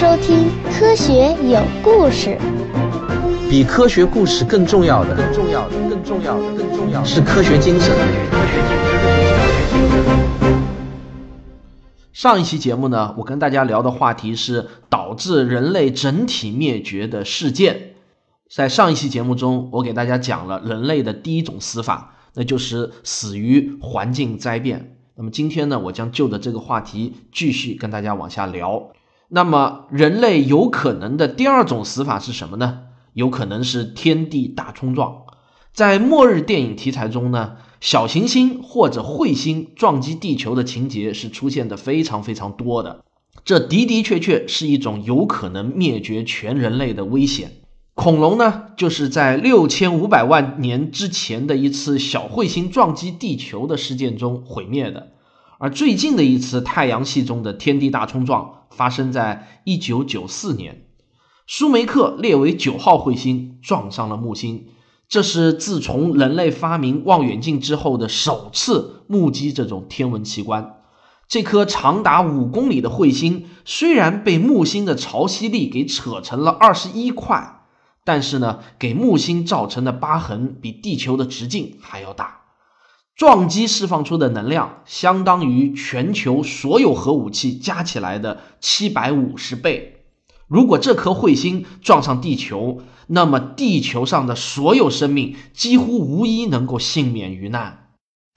收听科学有故事。 比科学故事更重要的是科学精神。上一期节目呢，我跟大家聊的话题是导致人类整体灭绝的事件。在上一期节目中，我给大家讲了人类的第一种死法，那就是死于环境灾变。那么今天呢，我将就着这个话题继续跟大家往下聊。那么人类有可能的第二种死法是什么呢？有可能是天地大冲撞。在末日电影题材中呢，小行星或者彗星撞击地球的情节是出现的非常多的，这的确是一种有可能灭绝全人类的危险。恐龙呢，就是在6500万年之前的一次小彗星撞击地球的事件中毁灭的，而最近的一次太阳系中的天地大冲撞发生在1994年，舒梅克列为9号彗星撞上了木星，这是自从人类发明望远镜之后的首次目击这种天文奇观。这颗长达5公里的彗星虽然被木星的潮汐力给扯成了21块，但是呢，给木星造成的疤痕比地球的直径还要大。撞击释放出的能量相当于全球所有核武器加起来的750倍。如果这颗彗星撞上地球，那么地球上的所有生命几乎无一能够幸免于难。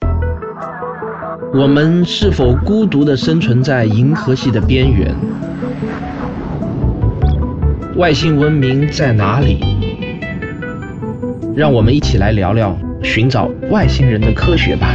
我们是否孤独地生存在银河系的边缘？外星文明在哪里？让我们一起来聊聊寻找外星人的科学吧。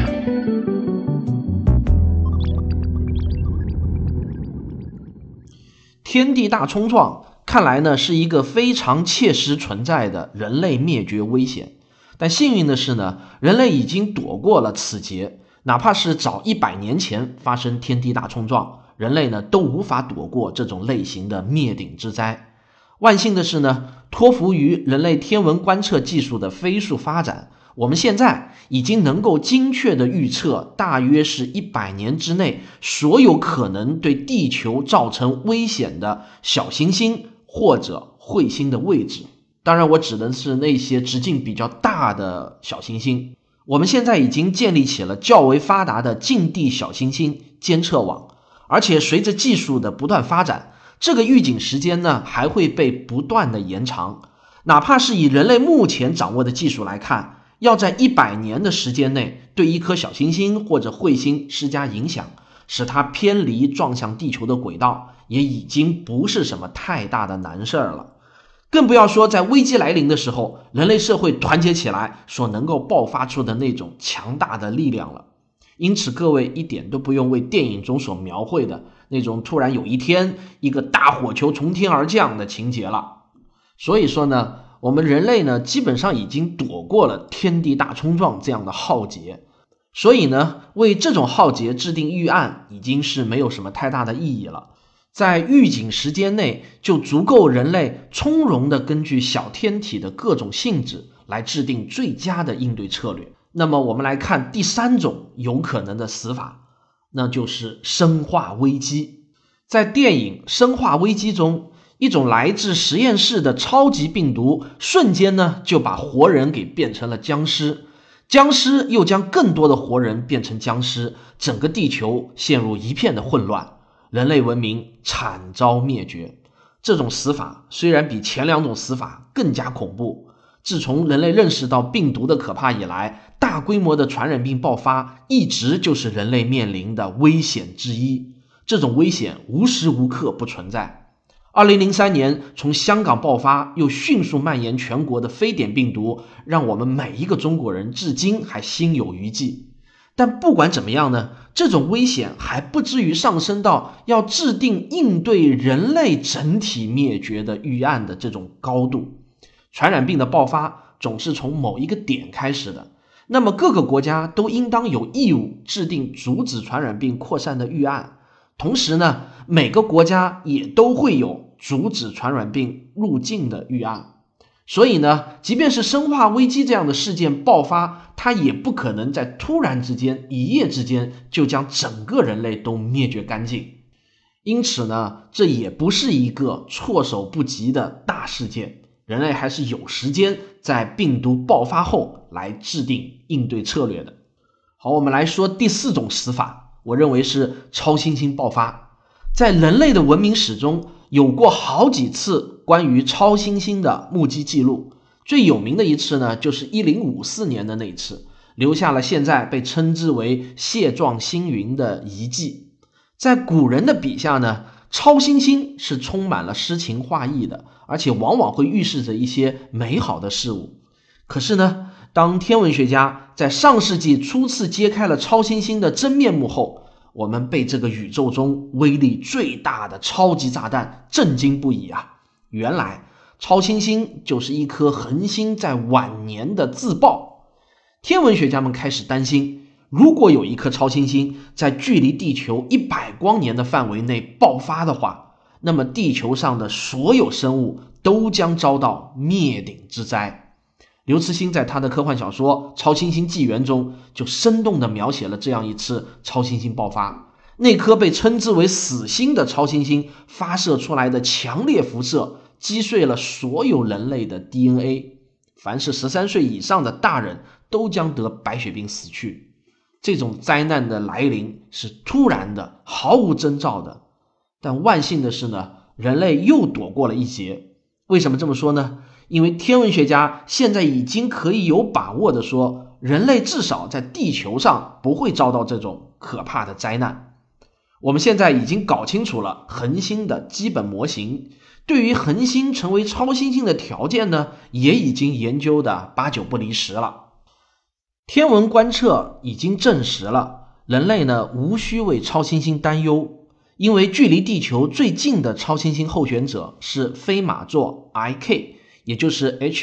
天地大冲撞看来呢，是一个非常切实存在的人类灭绝危险，但幸运的是呢，人类已经躲过了此劫。哪怕是早100年前发生天地大冲撞，人类呢都无法躲过这种类型的灭顶之灾。万幸的是呢，托付于人类天文观测技术的飞速发展，我们现在已经能够精确地预测大约是100年之内所有可能对地球造成危险的小行星或者彗星的位置。当然我指的是那些直径比较大的小行星。我们现在已经建立起了较为发达的近地小行星监测网，而且随着技术的不断发展，这个预警时间呢还会被不断的延长。哪怕是以人类目前掌握的技术来看，要在100年的时间内对一颗小行星或者彗星施加影响，使它偏离撞向地球的轨道，也已经不是什么太大的难事了。更不要说在危机来临的时候，人类社会团结起来所能够爆发出的那种强大的力量了。因此各位一点都不用为电影中所描绘的那种突然有一天一个大火球从天而降的情节了。所以说呢，我们人类呢基本上已经躲过了天地大冲撞这样的浩劫，所以呢为这种浩劫制定预案已经是没有什么太大的意义了。在预警时间内就足够人类从容地根据小天体的各种性质来制定最佳的应对策略。那么我们来看第3种有可能的死法，那就是生化危机。在电影《生化危机》中，一种来自实验室的超级病毒瞬间呢就把活人给变成了僵尸，僵尸又将更多的活人变成僵尸，整个地球陷入一片的混乱，人类文明惨遭灭绝。这种死法虽然比前2种死法更加恐怖，自从人类认识到病毒的可怕以来，大规模的传染病爆发一直就是人类面临的危险之一。这种危险无时无刻不存在。2003年从香港爆发又迅速蔓延全国的非典病毒，让我们每一个中国人至今还心有余悸。但不管怎么样呢，这种危险还不至于上升到要制定应对人类整体灭绝的预案的这种高度。传染病的爆发总是从某一个点开始的，那么各个国家都应当有义务制定阻止传染病扩散的预案。同时呢，每个国家也都会有阻止传染病入境的预案。所以呢，即便是生化危机这样的事件爆发，它也不可能在突然之间一夜之间就将整个人类都灭绝干净。 因此呢，这也不是一个措手不及的大事件，人类还是有时间在病毒爆发后来制定应对策略的。好，我们来说第4种死法，我认为是超新星爆发。在人类的文明史中，有过好几次关于超新星的目击记录，最有名的一次呢，就是1054年的那一次，留下了现在被称之为蟹状星云的遗迹。在古人的笔下呢，超新星是充满了诗情画意的，而且往往会预示着一些美好的事物。可是呢，当天文学家在上世纪初次揭开了超新星的真面目后，我们被这个宇宙中威力最大的超级炸弹震惊不已啊！原来超新星就是一颗恒星在晚年的自爆。天文学家们开始担心，如果有一颗超新星在距离地球100光年的范围内爆发的话，那么地球上的所有生物都将遭到灭顶之灾。刘慈欣在他的科幻小说《超新星纪元》中就生动地描写了这样一次超新星爆发。那颗被称之为死星的超新星发射出来的强烈辐射击碎了所有人类的 DNA， 凡是13岁以上的大人都将得白血病死去。这种灾难的来临是突然的，毫无征兆的。但万幸的是呢，人类又躲过了一劫。为什么这么说呢？因为天文学家现在已经可以有把握的说，人类至少在地球上不会遭到这种可怕的灾难。我们现在已经搞清楚了恒星的基本模型，对于恒星成为超新星的条件呢，也已经研究的8九不离10了。天文观测已经证实了，人类呢无需为超新星担忧，因为距离地球最近的超新星候选者是飞马座 IK， 也就是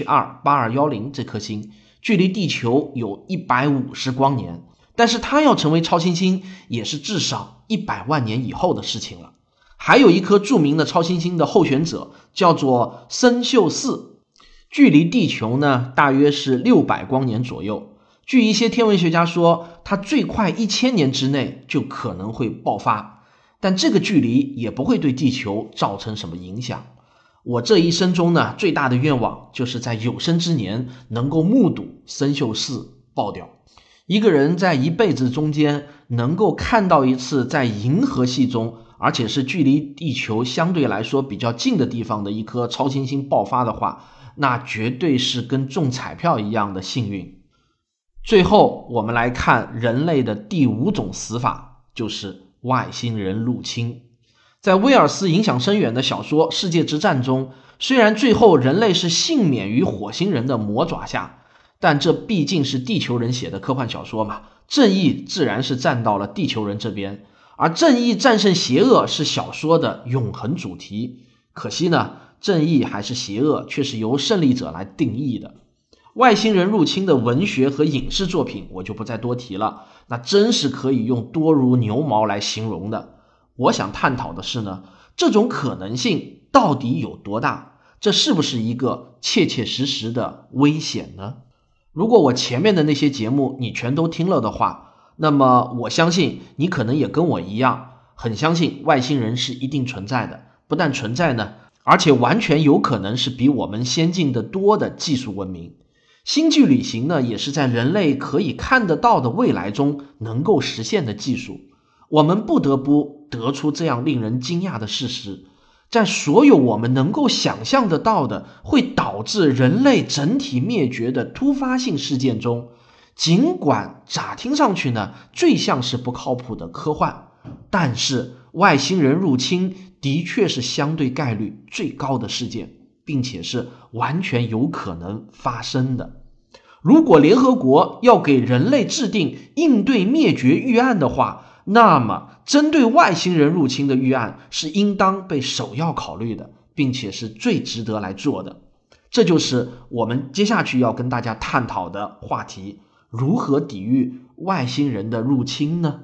HR8210 这颗星，距离地球有150光年，但是它要成为超新星也是至少100万年以后的事情了。还有一颗著名的超新星的候选者叫做参宿4，距离地球呢大约是600光年左右。据一些天文学家说，它最快1000年之内就可能会爆发，但这个距离也不会对地球造成什么影响。我这一生中呢，最大的愿望就是在有生之年能够目睹参宿4爆掉。一个人在一辈子中间能够看到一次在银河系中，而且是距离地球相对来说比较近的地方的一颗超新星爆发的话，那绝对是跟中彩票一样的幸运。最后我们来看人类的第5种死法，就是外星人入侵。在威尔斯影响深远的小说《世界之战》中，虽然最后人类是幸免于火星人的魔爪下，但这毕竟是地球人写的科幻小说嘛，正义自然是站到了地球人这边，而正义战胜邪恶是小说的永恒主题。可惜呢，正义还是邪恶却是由胜利者来定义的。外星人入侵的文学和影视作品我就不再多提了，那真是可以用多如牛毛来形容的。我想探讨的是呢，这种可能性到底有多大？这是不是一个切切实实的危险呢？如果我前面的那些节目你全都听了的话，那么我相信你可能也跟我一样，很相信外星人是一定存在的，不但存在呢，而且完全有可能是比我们先进的多的技术文明。星际旅行呢，也是在人类可以看得到的未来中能够实现的技术。我们不得不得出这样令人惊讶的事实，在所有我们能够想象得到的会导致人类整体灭绝的突发性事件中，尽管乍听上去呢最像是不靠谱的科幻，但是外星人入侵的确是相对概率最高的事件，并且是完全有可能发生的。如果联合国要给人类制定应对灭绝预案的话，那么针对外星人入侵的预案是应当被首要考虑的，并且是最值得来做的。这就是我们接下去要跟大家探讨的话题：如何抵御外星人的入侵呢？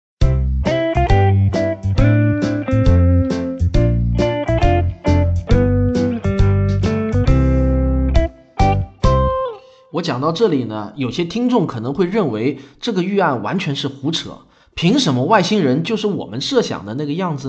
我讲到这里呢，有些听众可能会认为这个预案完全是胡扯，凭什么外星人就是我们设想的那个样子呢？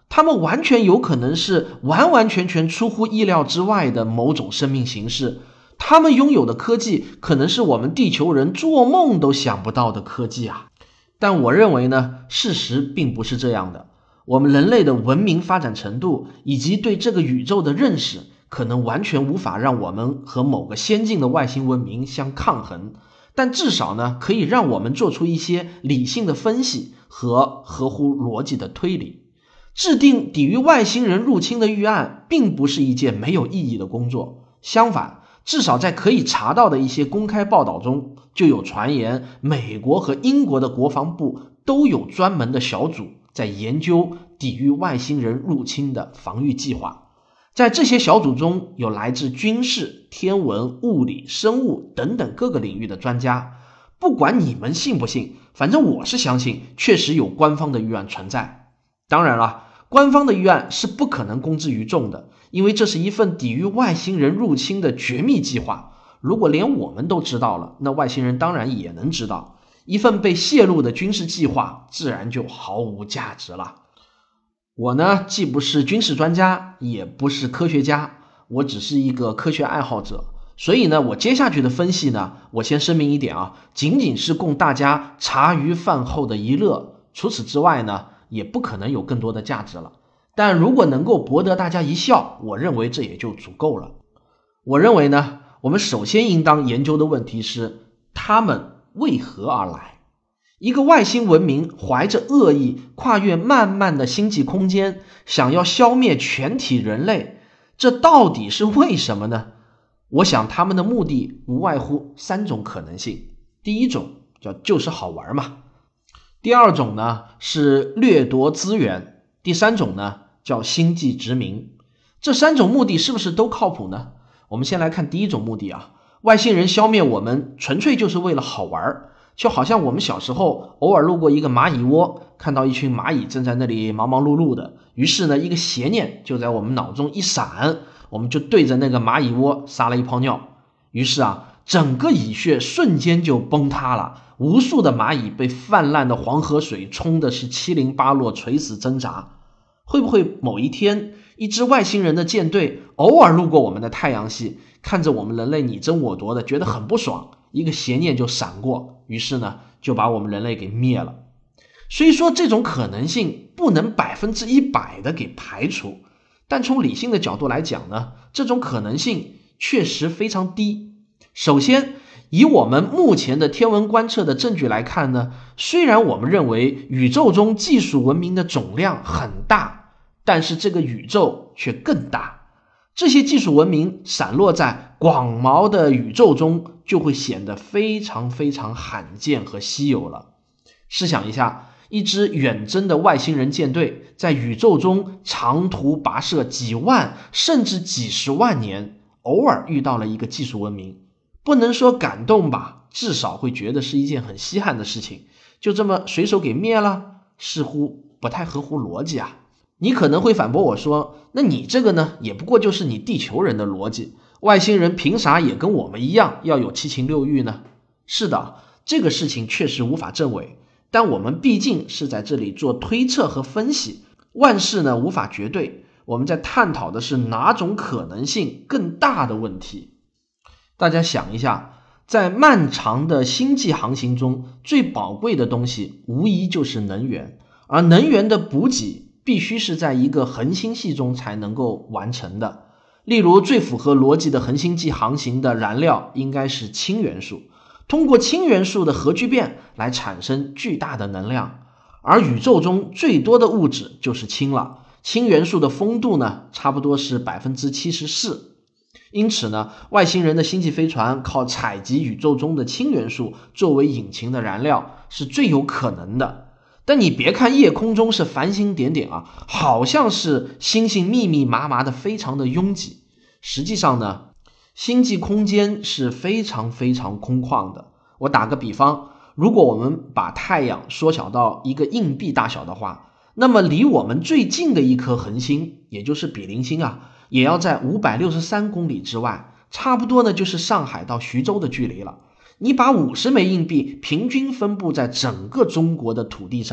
它们完全有可能是完完全全出乎意料之外的某种生命形式，它们拥有的科技可能是我们地球人做梦都想不到的科技啊。但我认为呢，事实并不是这样的。我们人类的文明发展程度以及对这个宇宙的认识，可能完全无法让我们和某个先进的外星文明相抗衡，但至少呢，可以让我们做出一些理性的分析和合乎逻辑的推理。制定抵御外星人入侵的预案并不是一件没有意义的工作，相反，至少在可以查到的一些公开报道中，就有传言美国和英国的国防部都有专门的小组在研究抵御外星人入侵的防御计划。在这些小组中，有来自军事、天文、物理、生物等等各个领域的专家。不管你们信不信，反正我是相信确实有官方的预案存在。当然了，官方的预案是不可能公之于众的，因为这是一份抵御外星人入侵的绝密计划。如果连我们都知道了，那外星人当然也能知道。一份被泄露的军事计划自然就毫无价值了。我呢，既不是军事专家，也不是科学家，我只是一个科学爱好者。所以呢，我接下去的分析呢，我先声明一点啊，仅仅是供大家茶余饭后的一乐，除此之外呢，也不可能有更多的价值了。但如果能够博得大家一笑，我认为这也就足够了。我认为呢，我们首先应当研究的问题是，他们为何而来？一个外星文明怀着恶意，跨越漫漫的星际空间，想要消灭全体人类，这到底是为什么呢？我想他们的目的无外乎三种可能性。第一种就是好玩嘛，第二种呢是掠夺资源，第三种呢叫星际殖民。这三种目的是不是都靠谱呢？我们先来看第一种目的啊，外星人消灭我们纯粹就是为了好玩，就好像我们小时候偶尔路过一个蚂蚁窝，看到一群蚂蚁正在那里忙忙碌碌的，于是呢一个邪念就在我们脑中一闪，我们就对着那个蚂蚁窝撒了一泡尿，于是啊整个蚁穴瞬间就崩塌了，无数的蚂蚁被泛滥的黄河水冲的是七零八落，垂死挣扎。会不会某一天，一支外星人的舰队偶尔路过我们的太阳系，看着我们人类你争我夺的，觉得很不爽，一个邪念就闪过，于是呢就把我们人类给灭了。虽说这种可能性不能100%的给排除，但从理性的角度来讲呢，这种可能性确实非常低。首先，以我们目前的天文观测的证据来看呢，虽然我们认为宇宙中技术文明的总量很大，但是这个宇宙却更大。这些技术文明散落在广袤的宇宙中，就会显得非常非常罕见和稀有了。试想一下，一支远征的外星人舰队在宇宙中长途跋涉几万甚至几十万年，偶尔遇到了一个技术文明，不能说感动吧，至少会觉得是一件很稀罕的事情，就这么随手给灭了，似乎不太合乎逻辑啊。你可能会反驳我说，那你这个呢，也不过就是你地球人的逻辑，外星人凭啥也跟我们一样要有七情六欲呢？是的，这个事情确实无法证伪，但我们毕竟是在这里做推测和分析，万事呢无法绝对，我们在探讨的是哪种可能性更大的问题。大家想一下，在漫长的星际航行中，最宝贵的东西无疑就是能源，而能源的补给必须是在一个恒星系中才能够完成的。例如，最符合逻辑的恒星际航行的燃料应该是氢元素，通过氢元素的核聚变来产生巨大的能量，而宇宙中最多的物质就是氢了，氢元素的丰度呢，差不多是 74%。因此呢，外星人的星际飞船靠采集宇宙中的氢元素作为引擎的燃料是最有可能的。但你别看夜空中是繁星点点啊，好像是星星密密麻麻的，非常的拥挤。实际上呢，星际空间是非常非常空旷的。我打个比方，如果我们把太阳缩小到一个硬币大小的话，那么离我们最近的一颗恒星，也就是比邻星啊，也要在563公里之外，差不多呢就是上海到徐州的距离了。你把50枚硬币平均分布在整个中国的土地上，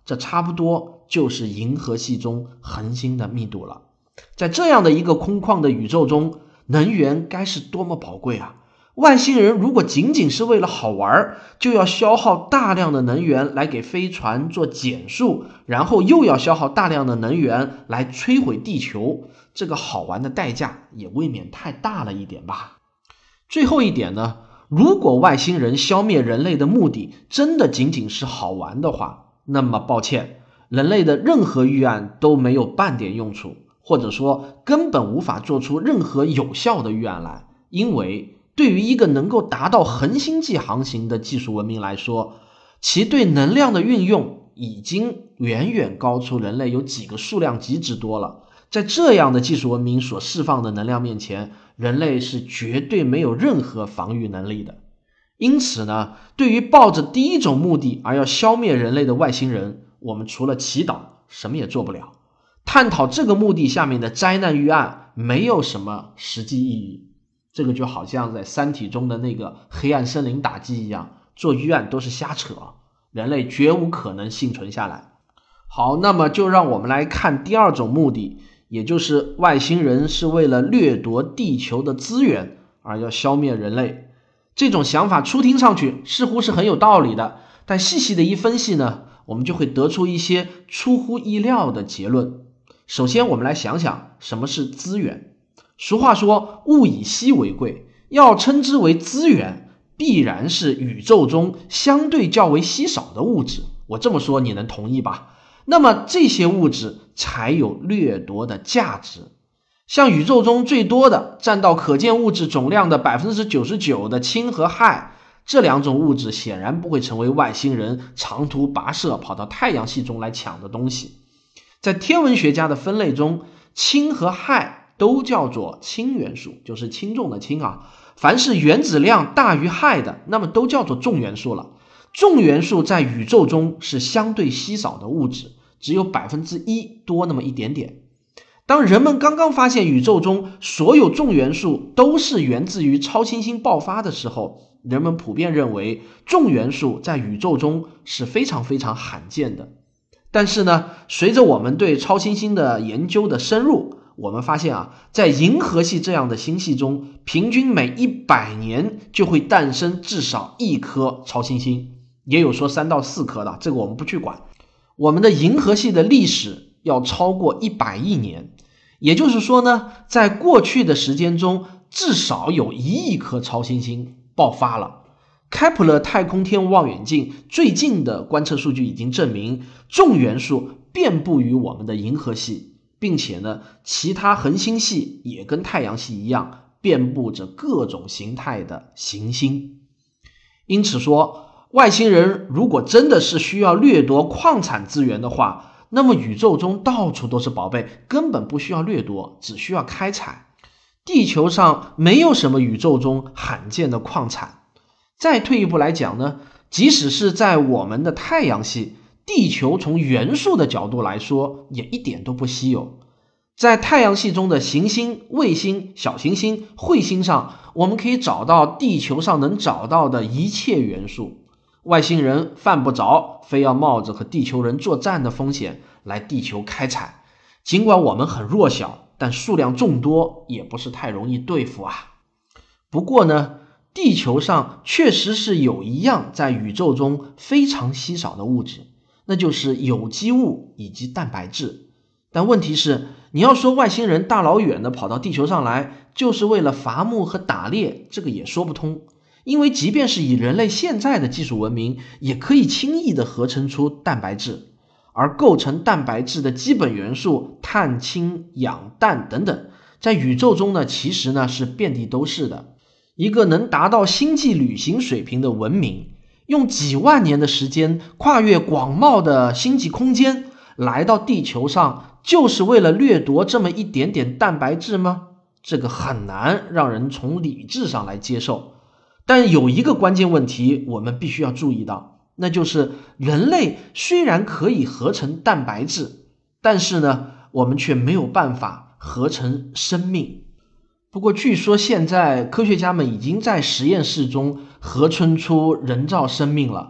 这差不多就是银河系中恒星的密度了。在这样的一个空旷的宇宙中，能源该是多么宝贵啊！外星人如果仅仅是为了好玩，就要消耗大量的能源来给飞船做减速，然后又要消耗大量的能源来摧毁地球，这个好玩的代价也未免太大了一点吧。最后一点呢，如果外星人消灭人类的目的真的仅仅是好玩的话，那么抱歉，人类的任何预案都没有半点用处，或者说根本无法做出任何有效的预案来。因为对于一个能够达到恒星际航行的技术文明来说，其对能量的运用已经远远高出人类有几个数量级之多了。在这样的技术文明所释放的能量面前，人类是绝对没有任何防御能力的。因此呢，对于抱着第一种目的而要消灭人类的外星人，我们除了祈祷什么也做不了。探讨这个目的下面的灾难预案没有什么实际意义。这个就好像在三体中的那个黑暗森林打击一样，做预案都是瞎扯，人类绝无可能幸存下来。好，那么就让我们来看第二种目的，也就是外星人是为了掠夺地球的资源而要消灭人类。这种想法初听上去似乎是很有道理的，但细细的一分析呢，我们就会得出一些出乎意料的结论。首先我们来想想什么是资源。俗话说物以稀为贵，要称之为资源，必然是宇宙中相对较为稀少的物质。我这么说你能同意吧？那么这些物质才有掠夺的价值。像宇宙中最多的占到可见物质总量的 99% 的氢和氦，这两种物质显然不会成为外星人长途跋涉跑到太阳系中来抢的东西。在天文学家的分类中，氢和氦都叫做氢元素，就是轻重的氢啊。凡是原子量大于氦的，那么都叫做重元素了。重元素在宇宙中是相对稀少的物质，只有 1% 多那么一点点。当人们刚刚发现宇宙中所有重元素都是源自于超新星爆发的时候，人们普遍认为重元素在宇宙中是非常非常罕见的。但是呢，随着我们对超新星的研究的深入，我们发现啊，在银河系这样的星系中，平均每100年就会诞生至少1颗超新星，也有说3到4颗的，这个我们不去管。我们的银河系的历史要超过100亿年，也就是说呢，在过去的时间中，至少有1亿颗超新星爆发了。开普勒太空天文望远镜最近的观测数据已经证明，重元素遍布于我们的银河系，并且呢，其他恒星系也跟太阳系一样，遍布着各种形态的行星。因此说，外星人如果真的是需要掠夺矿产资源的话，那么宇宙中到处都是宝贝，根本不需要掠夺，只需要开采。地球上没有什么宇宙中罕见的矿产。再退一步来讲呢，即使是在我们的太阳系，地球从元素的角度来说也一点都不稀有。在太阳系中的行星、卫星、小行星、彗星上，我们可以找到地球上能找到的一切元素。外星人犯不着非要冒着和地球人作战的风险来地球开采，尽管我们很弱小，但数量众多也不是太容易对付啊。不过呢，地球上确实是有一样在宇宙中非常稀少的物质，那就是有机物以及蛋白质。但问题是，你要说外星人大老远的跑到地球上来就是为了伐木和打猎，这个也说不通。因为即便是以人类现在的技术文明，也可以轻易的合成出蛋白质，而构成蛋白质的基本元素碳、氢、氧、氮等等，在宇宙中呢，其实呢是遍地都是的。一个能达到星际旅行水平的文明，用几万年的时间跨越广袤的星际空间来到地球上，就是为了掠夺这么一点点蛋白质吗？这个很难让人从理智上来接受。但有一个关键问题我们必须要注意到，那就是人类虽然可以合成蛋白质，但是呢，我们却没有办法合成生命。不过据说现在科学家们已经在实验室中合成出人造生命了，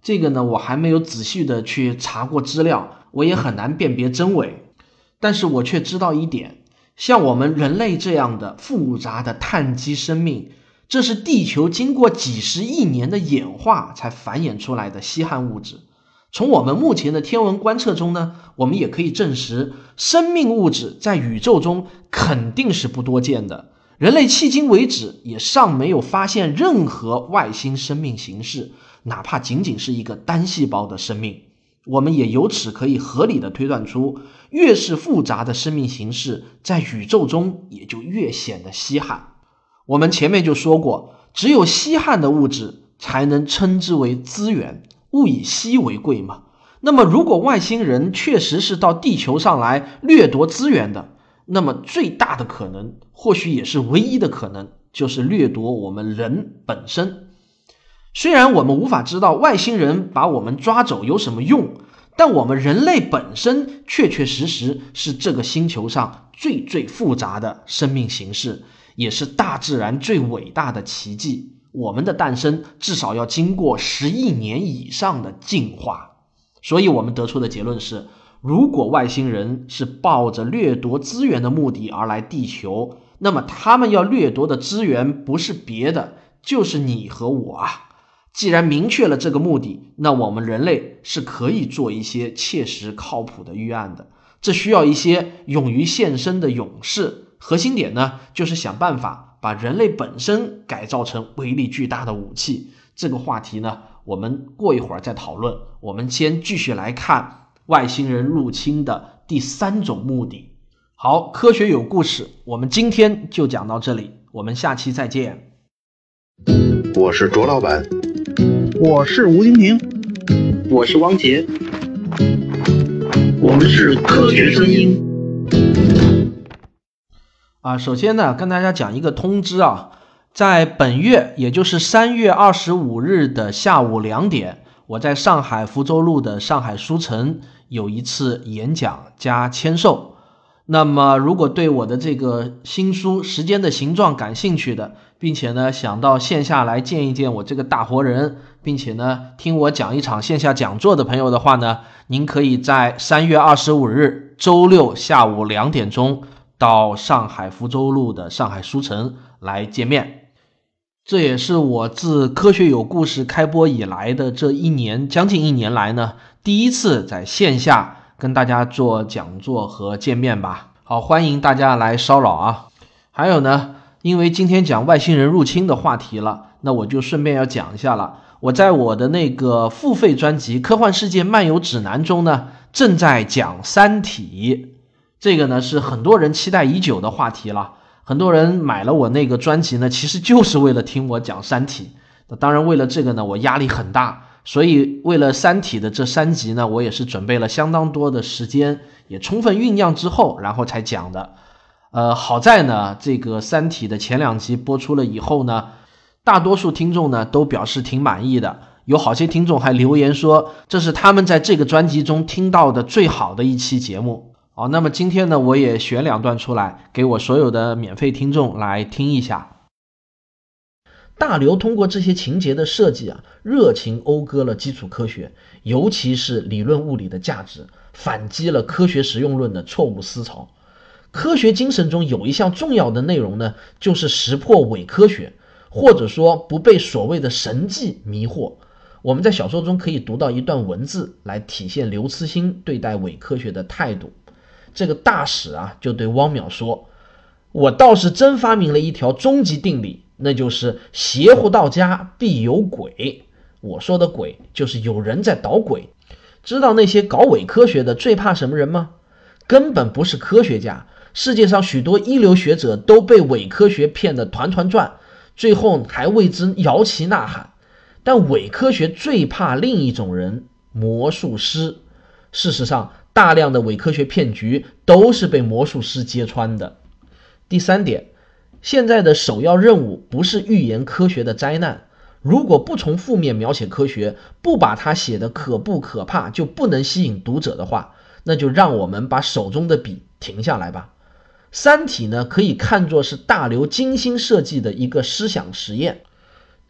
这个呢我还没有仔细的去查过资料，我也很难辨别真伪。但是我却知道一点，像我们人类这样的复杂的碳基生命，这是地球经过几十亿年的演化才繁衍出来的稀罕物质。从我们目前的天文观测中呢，我们也可以证实，生命物质在宇宙中肯定是不多见的。人类迄今为止也尚没有发现任何外星生命形式，哪怕仅仅是一个单细胞的生命。我们也由此可以合理的推断出，越是复杂的生命形式，在宇宙中也就越显得稀罕。我们前面就说过，只有稀罕的物质才能称之为资源，物以稀为贵嘛。那么如果外星人确实是到地球上来掠夺资源的，那么最大的可能，或许也是唯一的可能，就是掠夺我们人本身。虽然我们无法知道外星人把我们抓走有什么用，但我们人类本身确确实实是这个星球上最复杂的生命形式，也是大自然最伟大的奇迹。我们的诞生至少要经过10亿年以上的进化。所以我们得出的结论是，如果外星人是抱着掠夺资源的目的而来地球，那么他们要掠夺的资源不是别的，就是你和我啊。既然明确了这个目的，那我们人类是可以做一些切实靠谱的预案的。这需要一些勇于献身的勇士，核心点呢，就是想办法把人类本身改造成威力巨大的武器。这个话题呢，我们过一会儿再讨论。我们先继续来看外星人入侵的第3种目的。好，科学有故事，我们今天就讲到这里，我们下期再见。 我是卓老板， 我是吴婷婷， 我是汪杰，我们是科学声音。 首先呢，跟大家讲一个通知啊，在本月，也就是3月25日的下午2点，我在上海福州路的上海书城有一次演讲加签售。那么如果对我的这个新书《时间的形状》感兴趣的，并且呢想到线下来见一见我这个大活人，并且呢听我讲一场线下讲座的朋友的话呢，您可以在3月25日周六下午2点钟到上海福州路的上海书城来见面。这也是我自科学有故事开播以来的这将近一年来呢，第一次在线下跟大家做讲座和见面吧。好，欢迎大家来骚扰啊。还有呢，因为今天讲外星人入侵的话题了，那我就顺便要讲一下了。我在我的那个付费专辑《科幻世界漫游指南》中呢，正在讲三体。这个呢是很多人期待已久的话题了。很多人买了我那个专辑呢，其实就是为了听我讲三体。当然为了这个呢，我压力很大。所以为了三体的这3集呢，我也是准备了相当多的时间，也充分酝酿之后然后才讲的。好在呢，这个三体的前2集播出了以后呢，大多数听众呢都表示挺满意的，有好些听众还留言说这是他们在这个专辑中听到的最好的一期节目。好，那么今天呢，我也选2段出来给我所有的免费听众来听一下。大刘通过这些情节的设计啊，热情讴歌了基础科学，尤其是理论物理的价值，反击了科学实用论的错误思潮。科学精神中有一项重要的内容呢，就是识破伪科学，或者说不被所谓的神迹迷惑。我们在小说中可以读到一段文字来体现刘慈欣对待伪科学的态度。这个大使啊，就对汪淼说，我倒是真发明了一条终极定理，那就是邪乎到家必有鬼。我说的鬼就是有人在捣鬼。知道那些搞伪科学的最怕什么人吗？根本不是科学家，世界上许多一流学者都被伪科学骗得团团转，最后还为之摇旗呐喊。但伪科学最怕另一种人，魔术师。事实上，大量的伪科学骗局都是被魔术师揭穿的。第3点，现在的首要任务不是预言科学的灾难。如果不从负面描写科学，不把它写得可怖可怕，就不能吸引读者的话，那就让我们把手中的笔停下来吧。三体呢，可以看作是大刘精心设计的一个思想实验。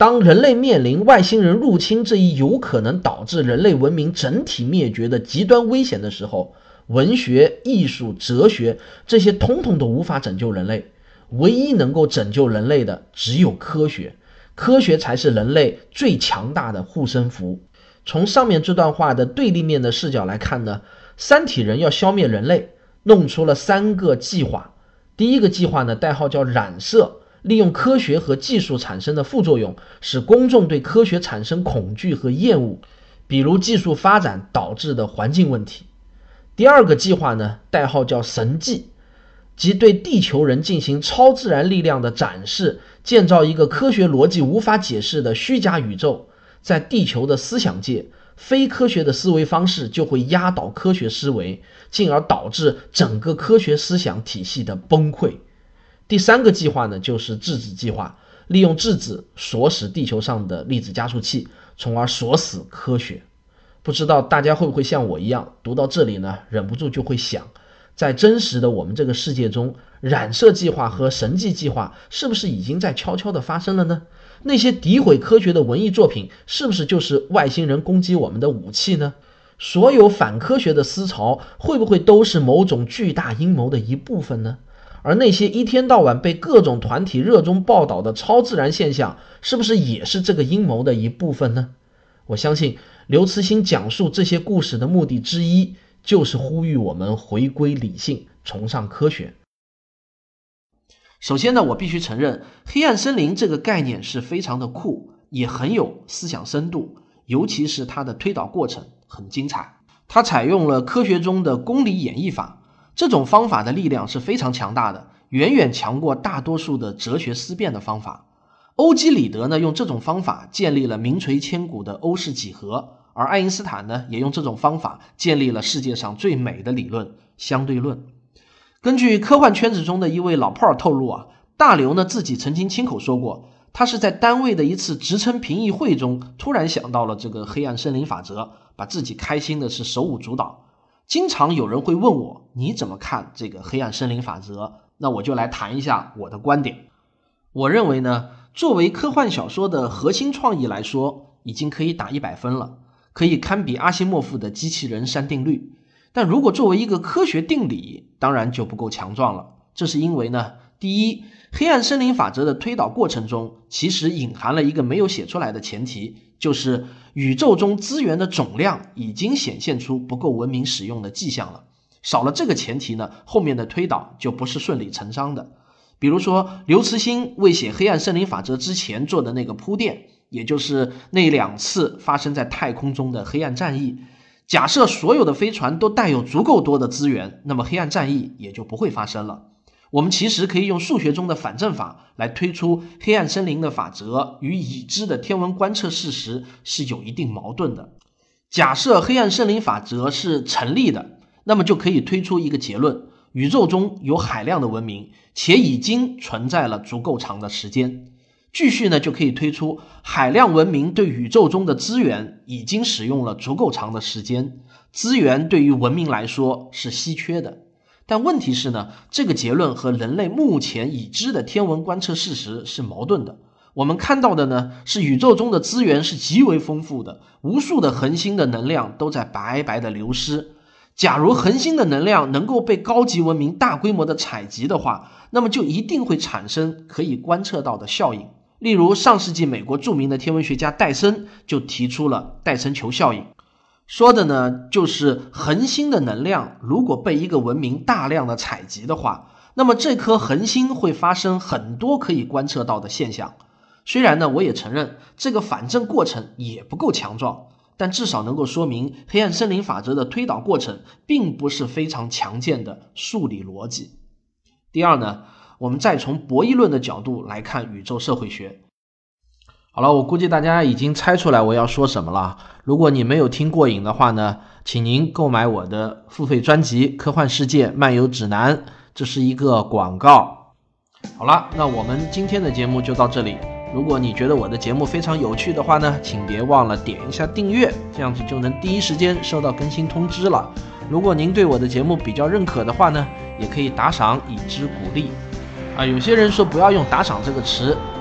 当人类面临外星人入侵这一有可能导致人类文明整体灭绝的极端危险的时候，文学、艺术、哲学这些统统都无法拯救人类，唯一能够拯救人类的只有科学，科学才是人类最强大的护身符。从上面这段话的对立面的视角来看呢，三体人要消灭人类，弄出了3个计划。第一个计划呢，代号叫染色，利用科学和技术产生的副作用，使公众对科学产生恐惧和厌恶，比如技术发展导致的环境问题。第二个计划呢，代号叫神迹，即对地球人进行超自然力量的展示，建造一个科学逻辑无法解释的虚假宇宙。在地球的思想界，非科学的思维方式就会压倒科学思维，进而导致整个科学思想体系的崩溃。第3个计划呢，就是质子计划，利用质子锁死地球上的粒子加速器，从而锁死科学。不知道大家会不会像我一样，读到这里呢，忍不住就会想，在真实的我们这个世界中，染色计划和神迹计划是不是已经在悄悄地发生了呢？那些诋毁科学的文艺作品是不是就是外星人攻击我们的武器呢？所有反科学的思潮会不会都是某种巨大阴谋的一部分呢？而那些一天到晚被各种团体热衷报道的超自然现象，是不是也是这个阴谋的一部分呢？我相信刘慈欣讲述这些故事的目的之一，就是呼吁我们回归理性，崇尚科学。首先呢，我必须承认黑暗森林这个概念是非常的酷，也很有思想深度，尤其是它的推导过程很精彩。它采用了科学中的公理演绎法，这种方法的力量是非常强大的，远远强过大多数的哲学思辨的方法。欧几里得呢，用这种方法建立了名垂千古的欧式几何，而爱因斯坦呢，也用这种方法建立了世界上最美的理论——相对论。根据科幻圈子中的一位老炮儿透露啊，大刘呢自己曾经亲口说过，他是在单位的一次职称评议会中突然想到了这个黑暗森林法则，把自己开心的是手舞足蹈。经常有人会问我，你怎么看这个黑暗森林法则？那我就来谈一下我的观点。我认为呢，作为科幻小说的核心创意来说，已经可以打100分了，可以堪比阿西莫夫的机器人3定律。但如果作为一个科学定理，当然就不够强壮了。这是因为呢，第一，黑暗森林法则的推导过程中，其实隐含了一个没有写出来的前提，就是宇宙中资源的总量已经显现出不够文明使用的迹象了。少了这个前提呢，后面的推导就不是顺理成章的。比如说刘慈欣为写黑暗森林法则之前做的那个铺垫，也就是那2次发生在太空中的黑暗战役，假设所有的飞船都带有足够多的资源，那么黑暗战役也就不会发生了。我们其实可以用数学中的反证法来推出黑暗森林的法则与已知的天文观测事实是有一定矛盾的。假设黑暗森林法则是成立的，那么就可以推出一个结论，宇宙中有海量的文明，且已经存在了足够长的时间。继续呢，就可以推出海量文明对宇宙中的资源已经使用了足够长的时间，资源对于文明来说是稀缺的。但问题是呢，这个结论和人类目前已知的天文观测事实是矛盾的。我们看到的呢，是宇宙中的资源是极为丰富的，无数的恒星的能量都在白白的流失。假如恒星的能量能够被高级文明大规模的采集的话，那么就一定会产生可以观测到的效应。例如上世纪美国著名的天文学家戴森就提出了戴森球效应，说的呢就是恒星的能量如果被一个文明大量的采集的话，那么这颗恒星会发生很多可以观测到的现象。虽然呢，我也承认这个反证过程也不够强壮，但至少能够说明黑暗森林法则的推导过程并不是非常强健的数理逻辑。第二呢，我们再从博弈论的角度来看宇宙社会学。好了，我估计大家已经猜出来我要说什么了。如果你没有听过瘾的话呢，请您购买我的付费专辑《科幻世界漫游指南》，这是一个广告。好了，那我们今天的节目就到这里。如果你觉得我的节目非常有趣的话呢，请别忘了点一下订阅，这样子就能第一时间收到更新通知了。如果您对我的节目比较认可的话呢，也可以打赏以资鼓励。有些人说不要用打赏这个词，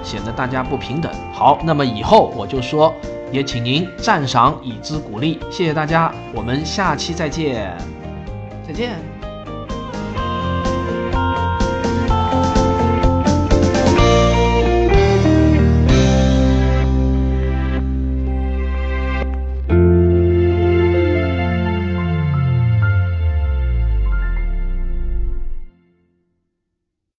显得大家不平等。好，那么以后我就说，也请您赞赏以资鼓励，谢谢大家，我们下期再见，再见。